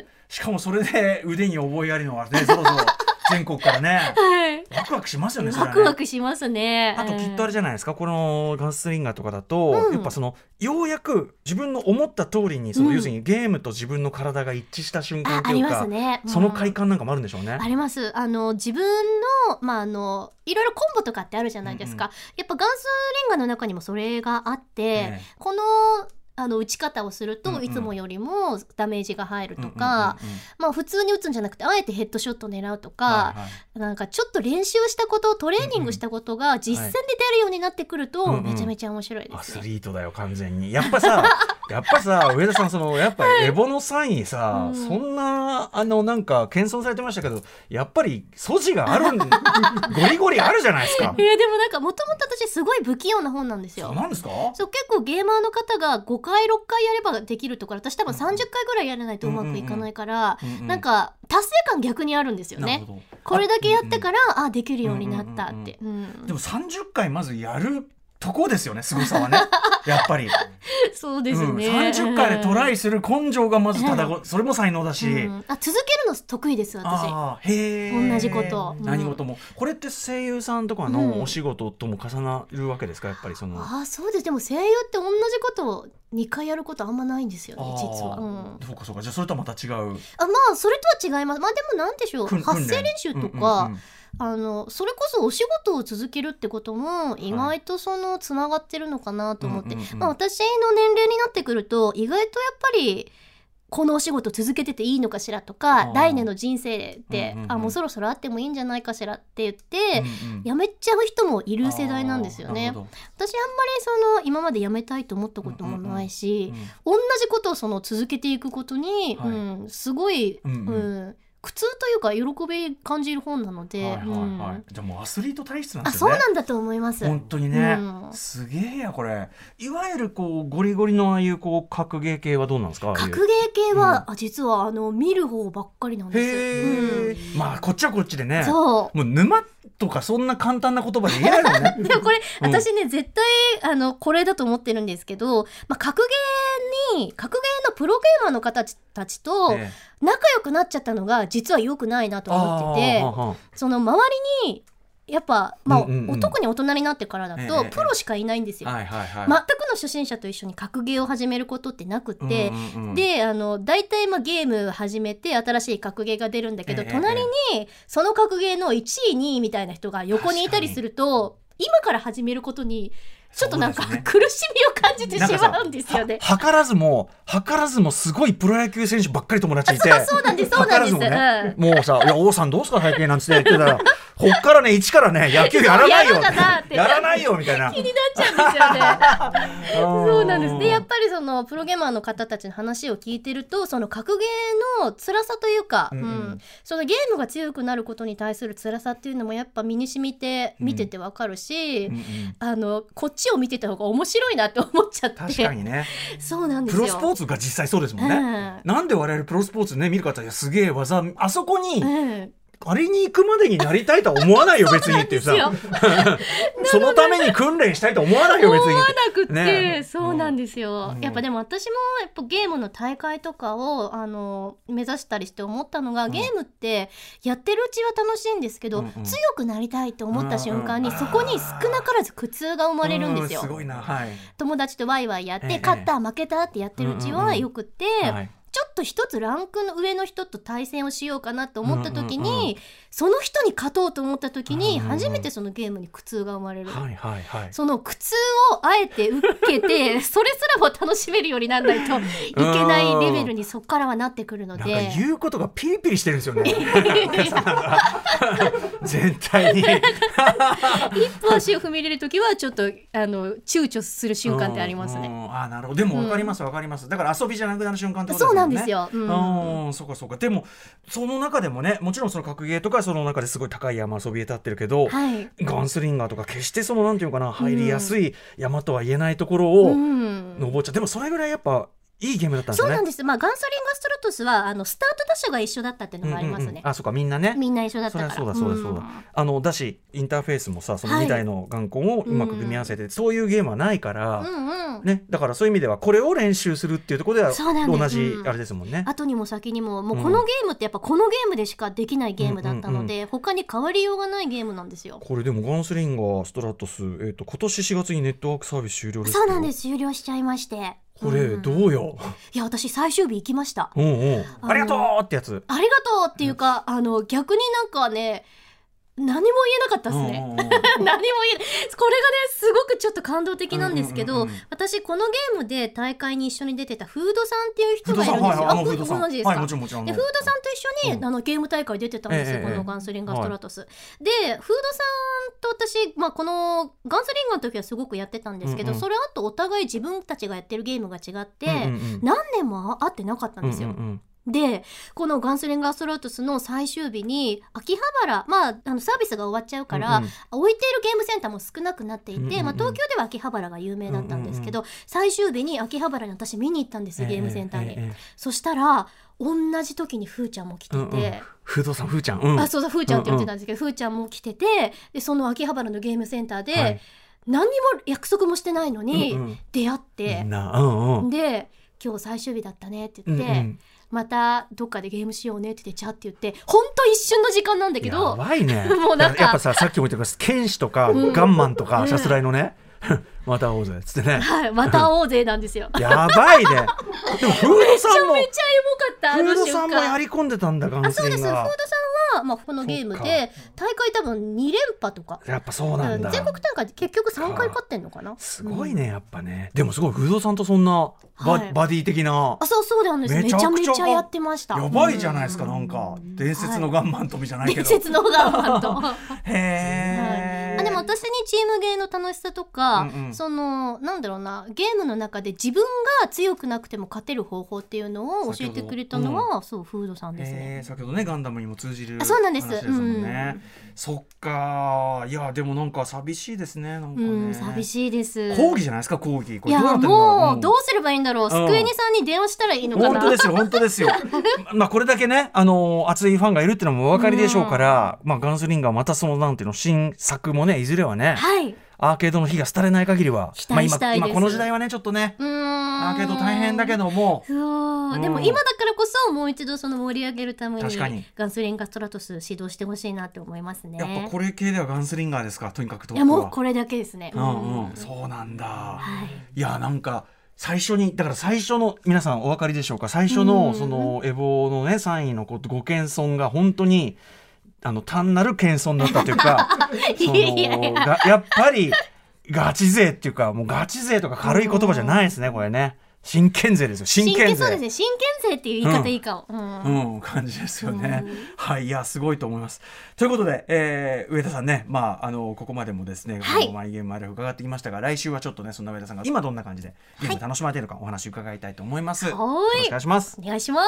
しかもそれで腕に覚えありのはねそろそろ全国からね、はい、ワクワクしますよね。それはねワクワクしますね。 あときっとあれじゃないですか、このガンスリンガーとかだと、うん、やっぱそのようやく自分の思った通りにその、うん、要するにゲームと自分の体が一致した瞬間というか あ, ありますね、うん、その快感なんかもあるんでしょうね。 あります。あの自分の、まあ、あのいろいろコンボとかってあるじゃないですか、うんうん、やっぱガンスリンガーの中にもそれがあって、ええ、このあの打ち方をすると、うんうん、いつもよりもダメージが入るとか、うんうんうんうん、まあ、普通に打つんじゃなくてあえてヘッドショット狙うとか、はいはい、なんかちょっと練習したことトレーニングしたことが実戦で出るようになってくると、うんうん、めちゃめちゃ面白いですね、 アスリートだよ完全に。やっぱさやっぱさ上田さんそのやっぱエボの際にさ、はい、そんなあのなんか謙遜されてましたけどやっぱり素地があるんゴリゴリあるじゃないですか。 いやでもなんかもともと私すごい不器用な本なんですよ。 そうなんですか。 そう結構ゲーマーの方がごかいろっかいやればできるとか、私多分さんじゅっかいぐらいやらないとうまくいかないから、うんうんうん、なんか達成感逆にあるんですよね。これだけやってから あ,、うんうん、あできるようになったって、うんうんうん、 でもさんじゅっかいまずやるとこですよね、すごさはねやっぱりそうですね、うん、 さんじゅっかいでトライする根性がまずただご、それも才能だし、うん、 あ続けるの得意です私。 あへー同じこと、 うん、何事も。これって声優さんとかのお仕事とも重なるわけですか、やっぱりその。 あそうです。でも声優って同じことをにかいやることあんまないんですよね実は、うん、 そうかそうか。じゃあそれとはまた違う。 あまあそれとは違います。まあでもなんでしょう、発声練習とか、うんうんうん、あのそれこそお仕事を続けるってことも意外とそのつながってるのかなと思って、はい、うんうんうん、まあ、私の年齢になってくると意外とやっぱりこのお仕事続けてていいのかしらとか、来年の人生で、うんうんうん、あもうそろそろあってもいいんじゃないかしらって言って、うんうん、辞めちゃう人もいる世代なんですよね。私あんまりその今まで辞めたいと思ったこともないし、うんうんうん、同じことをその続けていくことに、はい、うん、すごい、うんうんうん、苦痛というか喜び感じる本なので、はいはいはい、うん、じゃあもうアスリート体質なんですよね。あそうなんだと思います。 本当にね、うん、すげえやこれ。いわゆるこうゴリゴリのああいうこう格ゲー系はどうなんですか。 格ゲー系は、うん、実はあの見る方ばっかりなんです。 へー、うん、まあこっちはこっちでね。 そうもう沼とかそんな簡単な言葉で言えないもんねでもこれ、うん、私ね絶対あのこれだと思ってるんですけど、まあ、格ゲーに格ゲーのプロゲーマーの方たちと仲良くなっちゃったのが実は良くないなと思ってて、その周りにやっぱ、まあうんうんうん、特に大人になってからだと、ええ、プロしかいないんですよ、はいはいはい、全くの初心者と一緒に格ゲーを始めることってなくて、うんうんうん、であのだいたいまあゲーム始めて新しい格ゲーが出るんだけど、え、隣にその格ゲーのいちいにいみたいな人が横にいたりすると今から始めることにちょっとなんか、ね、苦しみを感じてしまうんですよね。 は図らずも図らずもすごいプロ野球選手ばっかり友達いて、 そうなんですそうなんです、 ね、うん、もうさいや王さんどうすか最近なんつって言ってたらこっからね一からね野球やらないよやらないよみたいな気になっちゃうんですよねそうなんです。でやっぱりそのプロゲーマーの方たちの話を聞いてると、その格ゲーの辛さというか、うんうん、そのゲームが強くなることに対する辛さっていうのもやっぱ身に染みて見ててわかるし、うんうんうん、あのこっちを見てた方が面白いなって思っちゃって。 確かにねそうなんですよ。 プロスポーツが実際そうですもんね、うん、なんで我々プロスポーツね見る方はすげえ技あそこに、うんあれに行くまでになりたいとは思わないよ別にっていうさそのために訓練したいと思わないよ別に思わなくって、ね、そうなんですよ、うん、やっぱでも私もやっぱゲームの大会とかをあの目指したりして思ったのが、うん、ゲームってやってるうちは楽しいんですけど、うんうん、強くなりたいと思った瞬間に、うんうん、そこに少なからず苦痛が生まれるんですよ、 うん、すごいな、はい、 友達とワイワイやって、ええ、勝った負けたってやってるうちはよくって、うんうんうんはいちょっと一つランクの上の人と対戦をしようかなと思った時に、うんうんうん、その人に勝とうと思った時に初めてそのゲームに苦痛が生まれる、うんうんはいはいはい、その苦痛をあえて受けてそれすらも楽しめるようにならないといけないレベルにそこからはなってくるので、 なんか言うことがピリピリしてるんですよね全体に一歩足を踏み入れる時はちょっとあの躊躇する瞬間ってありますね、うんうん、 あなるほど。でも分かります分かります、だから遊びじゃなくなる瞬間ってことですよね。 そうなんですよ、うんうん、そうかそうか。でもその中でもねもちろんその格ゲーとかその中ですごい高い山遊びへ立ってるけど、はい、ガンスリンガーとか決してそのなんていうかな入りやすい山とは言えないところを登っちゃう、でもそれぐらいやっぱいいゲームだったんですね。 そうなんです、まあ、ガンスリンガーストラトスはあのスタートダッシュが一緒だったっていうのもありますね、うんうんうん、 あそうかみんなねみんな一緒だったからそりゃそうだそうだそうだ、うん、あのだしインターフェースもさそのにだいの眼根をうまく組み合わせて、はい、そういうゲームはないから、うんうんね、だからそういう意味ではこれを練習するっていうところでは同じあれですもんね、 うん、後にも先にももうこのゲームってやっぱこのゲームでしかできないゲームだったので、うんうんうん、他に変わりようがないゲームなんですよ。 これでもガンスリンガーストラトス、えーと、今年しがつにネットワークサービス終了ですけど。 そうなんです、終了しちゃいましてこれどうよ、うん、 いや私最終日行きました、 うんうん、ありがとうってやつ。 ありがとうっていうか、うん、あの逆になんかね何も言えなかったですね。何も言えない。これがねすごくちょっと感動的なんですけど、うんうんうんうん、私このゲームで大会に一緒に出てたフードさんっていう人がいるんですよ。あ、フードさんご存知ですか？はい、もちろんもちろん。でフードさんと一緒に、うん、あのゲーム大会出てたんですよ、ええ、このガンスリンガーストラトス、はい、でフードさんと私、まあ、このガンスリンガーの時はすごくやってたんですけど、うんうん、それあとお互い自分たちがやってるゲームが違って、うんうんうん、何年も会ってなかったんですよ、うんうんうん。でこのガンスリンガーストラトスの最終日に秋葉原、まあ、あのサービスが終わっちゃうから、うんうん、置いているゲームセンターも少なくなっていて、うんうんうん、まあ、東京では秋葉原が有名だったんですけど、うんうんうん、最終日に秋葉原に私見に行ったんですよ、ゲームセンターに、えーえー、そしたら同じ時にふーちゃんも来てて、うんうん、 フードさんふーちゃん、うん、 あ、そうそうふーちゃんって言ってたんですけど、うんうん、ふーちゃんも来てて、でその秋葉原のゲームセンターで、はい、何にも約束もしてないのに出会って、うんうん、で今日最終日だったねって言って、うんうん、またどっかでゲームしようねって言ってチャって言って、ほんと一瞬の時間なんだけど、 やばいねもうなんかやっぱさ、さっきも言ったけど剣士とか、うん、ガンマンとか、うん、シャスライのねまた会おうぜっつってね、 はい、また会おうぜなんですよやばいね。でもフードさんもめちゃめちゃエモかった。 フードさんもやり込んでたんだ。ガンスリンが。あ、そうです。フードさんは、まあ、 このゲームで大会多分に連覇とか、 やっぱそうなんだ。 全国大会結局さんかい勝ってんのかな。 すごいね、やっぱね。でもすごいフードさんとそんなバ、はい、バディ的な。 あ、そうそうなんです。めちゃめちゃやってました。 やばいじゃないですか。なんか伝説のガンマン飛びじゃないけど、 伝説のガンマンとへー、 はい、あでも私にチームゲーの楽しさとか、うんうん、そのなんだろうな、ゲームの中で自分が強くなくても勝てる方法っていうのを教えてくれたのは、うん、そうフードさんですね。 先ほどねガンダムにも通じる話ですもんね。 そうなんです、うん、 そっか。いやでもなんか寂しいですね。なんかね、うん、 寂しいです。 講義じゃないですか、講義。これどうやってんだろう。 いやもうどうすればいいんだろう、スクエニさんに電話したらいいのかな。 本当ですよ本当ですよまあこれだけね、あのー、熱いファンがいるっていうのもお分かりでしょうから、まあ、ガンスリンガーまたそのなんていうの新作もね、いずれはね、 はい、 アーケードの火が廃れない限りは期待したいです。 まあ、今, 今この時代はねちょっとね、うーん、アーケード大変だけども、 そう、でも今だからこそもう一度その盛り上げるためにガンスリンガーストラトス指導してほしいなって思いますね。 やっぱこれ系ではガンスリンガーですか、とにかくトップは。 いやもうこれだけですね、 うんうんうん、そうなんだ、はい、いやなんか最初にだから最初の皆さんお分かりでしょうか、最初のそのエボのねさんいのご謙遜が本当にあの単なる謙遜だったというかそのいやいやがやっぱりガチ勢っていうか、もうガチ勢とか軽い言葉じゃないですね、これね。真剣勢ですよ、真剣勢。 そうですね、真剣勢っていう言い方いいかも、うんうんうん、感じですよね、うん、はい、いやすごいと思います。ということで、えー、上田さんね、まあ、あのここまでもですね、はい、マイゲームマイライフ伺ってきましたが、来週はちょっとねそんな上田さんが今どんな感じでゲーム楽しまれているのかお話伺いたいと思います、はい、よろしくお願いします。 お願いします。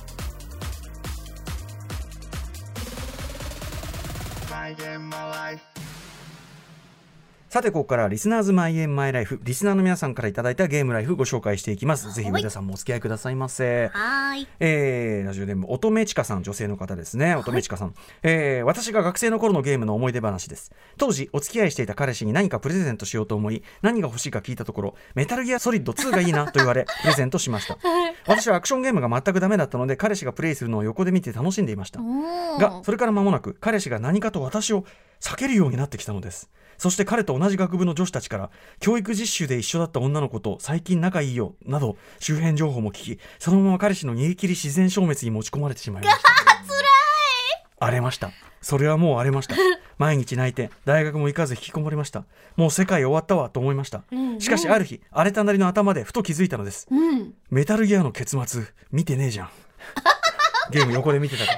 さてここからリスナーズマイゲームマイライフ、リスナーの皆さんからいただいたゲームライフご紹介していきます。ぜひ上田さんもお付き合いくださいませ。 はい、 えー、ラジオネーム乙女ちかさん、女性の方ですね。乙女ちかさん、えー、私が学生の頃のゲームの思い出話です。当時お付き合いしていた彼氏に何かプレゼントしようと思い、何が欲しいか聞いたところメタルギアソリッドツーがいいなと言われプレゼントしました。私はアクションゲームが全くダメだったので、彼氏がプレイするのを横で見て楽しんでいましたが、それから間もなく彼氏が何かと私を避けるようになってきたのです。そして彼と同じ学部の女子たちから教育実習で一緒だった女の子と最近仲いいよなど周辺情報も聞き、そのまま彼氏の逃げ切り自然消滅に持ち込まれてしまいました。 つらい。 荒れました。それはもう荒れました。毎日泣いて大学も行かず引きこもりました。もう世界終わったわと思いました、うん、しかしある日荒れたなりの頭でふと気づいたのです、うん、メタルギアの結末見てねえじゃんゲーム横で見てたから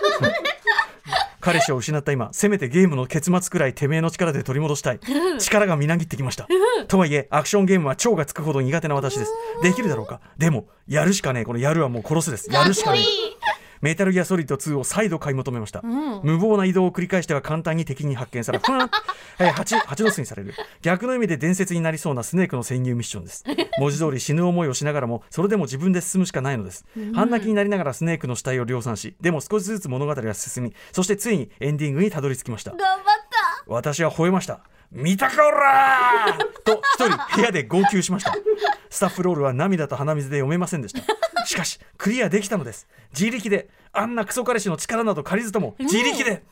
彼氏を失った今、せめてゲームの結末くらいてめえの力で取り戻したい。力がみなぎってきました。とはいえアクションゲームは超がつくほど苦手な私です。できるだろうか。でもやるしかねえ。このやるはもう殺すです。やるしかねえ。メタルギアソリッドツーを再度買い求めました、うん、無謀な移動を繰り返しては簡単に敵に発見され、ふん、えー、蜂, 蜂の巣にされる。逆の意味で伝説になりそうなスネークの潜入ミッションです。文字通り死ぬ思いをしながらもそれでも自分で進むしかないのです、うん、半泣きになりながらスネークの死体を量産し、でも少しずつ物語が進み、そしてついにエンディングにたどり着きました。 頑張った。 私は吠えました。見たかおらーと一人部屋で号泣しました。スタッフロールは涙と鼻水で読めませんでした。しかしクリアできたのです。自力で。あんなクソ彼氏の力など借りずとも自力で、うん、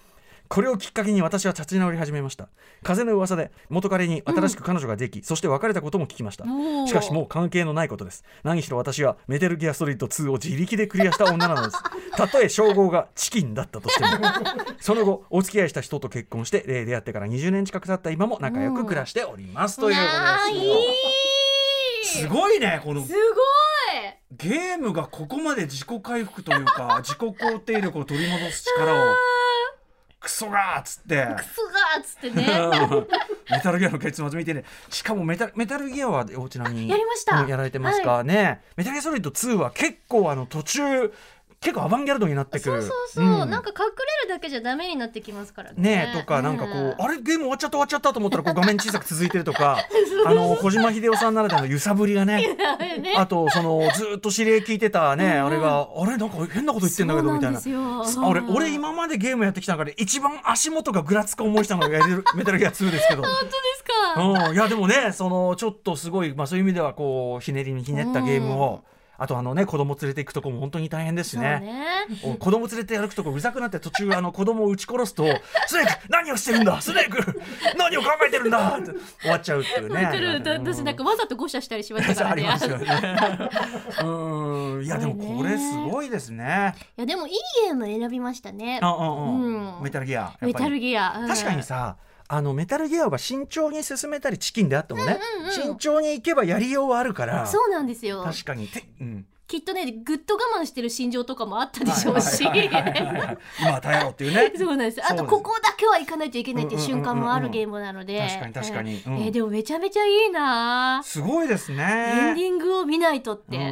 これをきっかけに私は立ち直り始めました。風の噂で元彼に新しく彼女ができ、うん、そして別れたことも聞きました。しかしもう関係のないことです。何しろ私はメタルギアソリッドツーを自力でクリアした女なのです。たとえ称号がチキンだったとしてもその後お付き合いした人と結婚して、出会ってからにじゅうねん近く経った今も仲良く暮らしております、うん、ということです。すごいね、このすごいゲームがここまで自己回復というか自己肯定力を取り戻す力をクソがーっつってクソがーっつってねメタルギアの結末見てね。しかもメタル、メタルギアはおちなみにやりました、 やられてますか、はい、ね。メタルギアソリッドツーは結構あの途中結構アバンギャルドになってくる。 そうそうそう、うん、なんか隠れるだけじゃダメになってきますからね。 ねとかなんかこう、うん、あれゲーム終わっちゃった終わっちゃったと思ったらこう画面小さく続いてるとかあの小島秀夫さんならではの揺さぶりが ね, ねあとそのずっと指令聞いてたね、うん、あれがあれなんか変なこと言ってんだけどみたいな。俺, 俺今までゲームやってきた中で一番足元がぐらつく思いしたのがやれるメタルギアツーですけど本当ですか、 うん、いやでもねそのちょっとすごい、まあ、そういう意味ではこうひねりにひねったゲームを、うんあとあのね子供連れて行くとこも本当に大変ですし ね, ね子供連れて歩くとこうざくなって途中あの子供を撃ち殺すとスネーク何をしてるんだスネーク何を考えてるんだって終わっちゃうっていうね。 わかる、だ私なんかわざと誤射したりしましたからねありますよねうんいやでもこれすごいですね。 いやでもいいゲーム選びましたね。 あ、うんうん、メタルギアやっぱりメタルギア、うん、 確かにさあのメタルギアは慎重に進めたりチキンであってもね、うんうんうん、慎重にいけばやりようはあるからそうなんですよ。 確かにて、うん、 きっとねぐっと我慢してる心情とかもあったでしょうし今は耐えろっていうねそうなんです。あとここだけは行かないといけないっていう瞬間もあるゲームなので、 確かに確かに、 うんえー、でもめちゃめちゃいいな。 すごいですねエンディングを見ないとって、うん、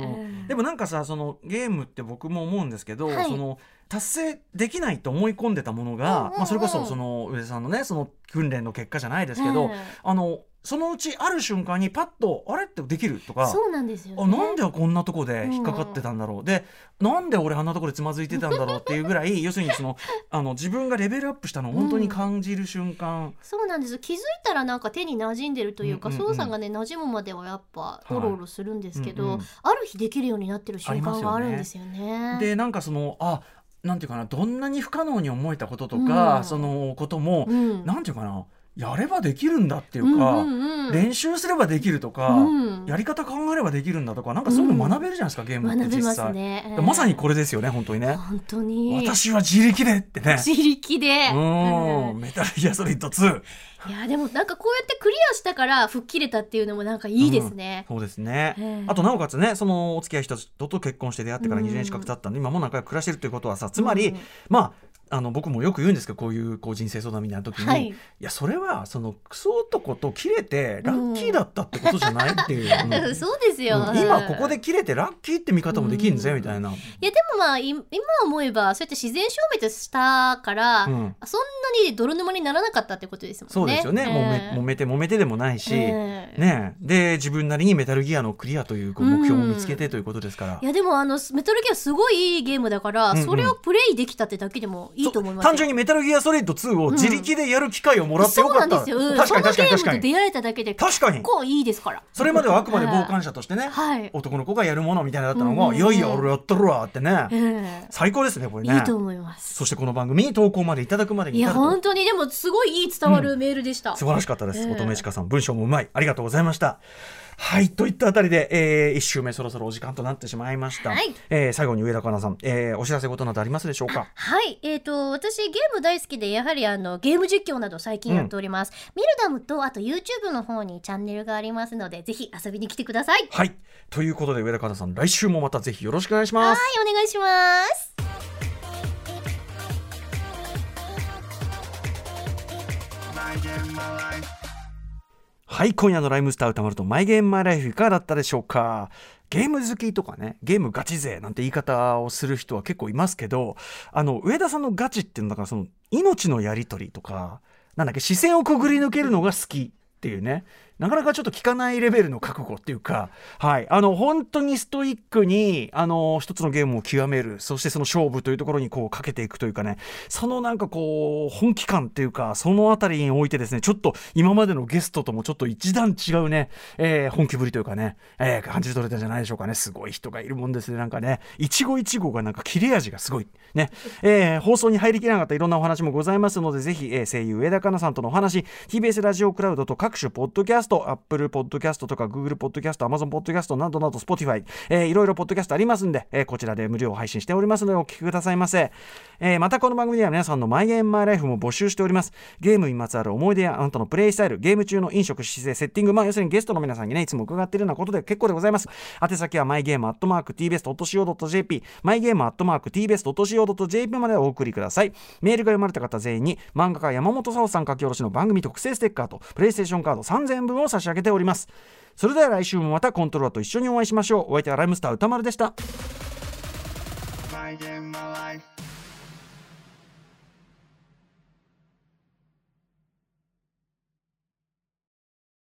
でもなんかさそのゲームって僕も思うんですけど、はい、その達成できないと思い込んでたものが、うんうんうんまあ、それこそその上田さんのねその訓練の結果じゃないですけど、うん、あのそのうちある瞬間にパッとあれってできるとかそうなんですよ、ね、 あなんでこんなとこで引っかかってたんだろう、うん、でなんで俺あんなとこでつまずいてたんだろうっていうぐらい要するにそのあの自分がレベルアップしたのを本当に感じる瞬間、うん、 そうなんです。気づいたらなんか手に馴染んでるというか、うんうんうん、操作がね馴染むまではやっぱオロオロするんですけど、はいうんうん、ある日できるようになってる瞬間があるんですよね。 でなんかそのあなんていうかなどんなに不可能に思えたこととか、うん、そのことも、うん、なんていうかなやればできるんだっていうか、うんうんうん、練習すればできるとか、うん、やり方考えればできるんだとかなんかそういうの学べるじゃないですか、うん、ゲームって実際学べますね、えー、 まさにこれですよね本当にね。 本当に私は自力でってね自力で、 うん、メタルギアソリッドツーいやでもなんかこうやってクリアしたから吹っ切れたっていうのもなんかいいですね、 うん、そうですね、えー、あとなおかつねそのお付き合いした人と結婚して出会ってからにじゅうねん近く経ったんで、うん、今も仲良く暮らしてるっていうことはさつまり、うん、まああの僕もよく言うんですけどこういうこう人生相談みたいな時に、はい、いやそれはそのクソ男と切れてラッキーだったってことじゃないっていう、 うんうん、そうですよ、 うん、今ここで切れてラッキーって見方もできるんですよ、うん、みたいな。いやでもまあ今思えばそうやって自然消滅したから、うん、そんなに泥沼にならなかったってことですもんね。 そうですよね、えー、揉めて揉めてでもないし、えーね、で自分なりにメタルギアのクリアというこう目標を見つけてということですから、うん、 いやでもあのメタルギアすごいいいゲームだから、うんうん、それをプレイできたってだけでもいいと思います。 単純にメタルギアソリッドツーを自力でやる機会をもらってよかった、うん、そうなんですよ、うん、確かに確かに確かにそのゲームと出会えただけで結構いいですから。 それまではあくまで傍観者としてね、はい、男の子がやるものみたいなだったのが、うん、いやいや俺やってるわってね、うん、最高ですねこれね。 いいと思います。 そしてこの番組に投稿までいただくまでにいや本当にでもすごいいい伝わるメールでした、 うん、素晴らしかったです、えー、乙女ちかさん文章もうまいありがとうございました。はいといったあたりで、えー、いち週目そろそろお時間となってしまいました、はいえー、最後に上田香奈さん、えー、お知らせ事などありますでしょうか。 はい、えーと、私ゲーム大好きでやはりあのゲーム実況など最近やっております、うん、ミルダムとあと YouTube の方にチャンネルがありますのでぜひ遊びに来てください。 はいということで上田香奈さん来週もまたぜひよろしくお願いします。 はいお願いします。 はい今夜のライムスター歌丸とマイゲームマイライフいかがだったでしょうか。ゲーム好きとかねゲームガチ勢なんて言い方をする人は結構いますけどあの上田さんのガチっていうのだからその命のやり取りとかなんだっけ視線をくぐり抜けるのが好きっていうねなかなかちょっと効かないレベルの覚悟っていうか、はい、あの本当にストイックにあの一つのゲームを極める、そしてその勝負というところにこうかけていくというかね、そのなんかこう本気感っていうか、そのあたりにおいてですね、ちょっと今までのゲストともちょっと一段違うね、えー、本気ぶりというかね、えー、感じ取れたんじゃないでしょうかね。すごい人がいるもんですね。なんかね、一期一会がなんか切れ味がすごいね、えー、放送に入りきらなかったいろんなお話もございますので、ぜひ、えー、声優上田香菜さんとのお話、 ティービーエス ラジオクラウドと各種ポッドキャスト、 Apple ポッドキャストとか Google ポッドキャスト、 Amazon ポッドキャストなどなど Spotify、えー、いろいろポッドキャストありますんで、えー、こちらで無料配信しておりますのでお聞きくださいませ。えー、またこの番組では皆さんのマイゲームマイライフも募集しております。ゲームにまつわる思い出やあなたのプレイスタイル、ゲーム中の飲食姿勢セッティング、まあ要するにゲストの皆さんにねいつも伺っているようなことで結構でございます。宛先はマイゲームアットマーク ティービーエスドットシーオードットジェーピー、 マイゲームアットマーク ティービーエスドットシーオードットジェーピー までお送りください。メールが読まれた方全員に漫画家山本沙央さん書き下ろしの番組特製ステッカーとプレイステーションカードさんぜんえんぶんを差し上げております。それでは来週もまたコントローラーと一緒にお会いしましょう。お相手はライムスター歌丸でした。マイゲームマイライフ。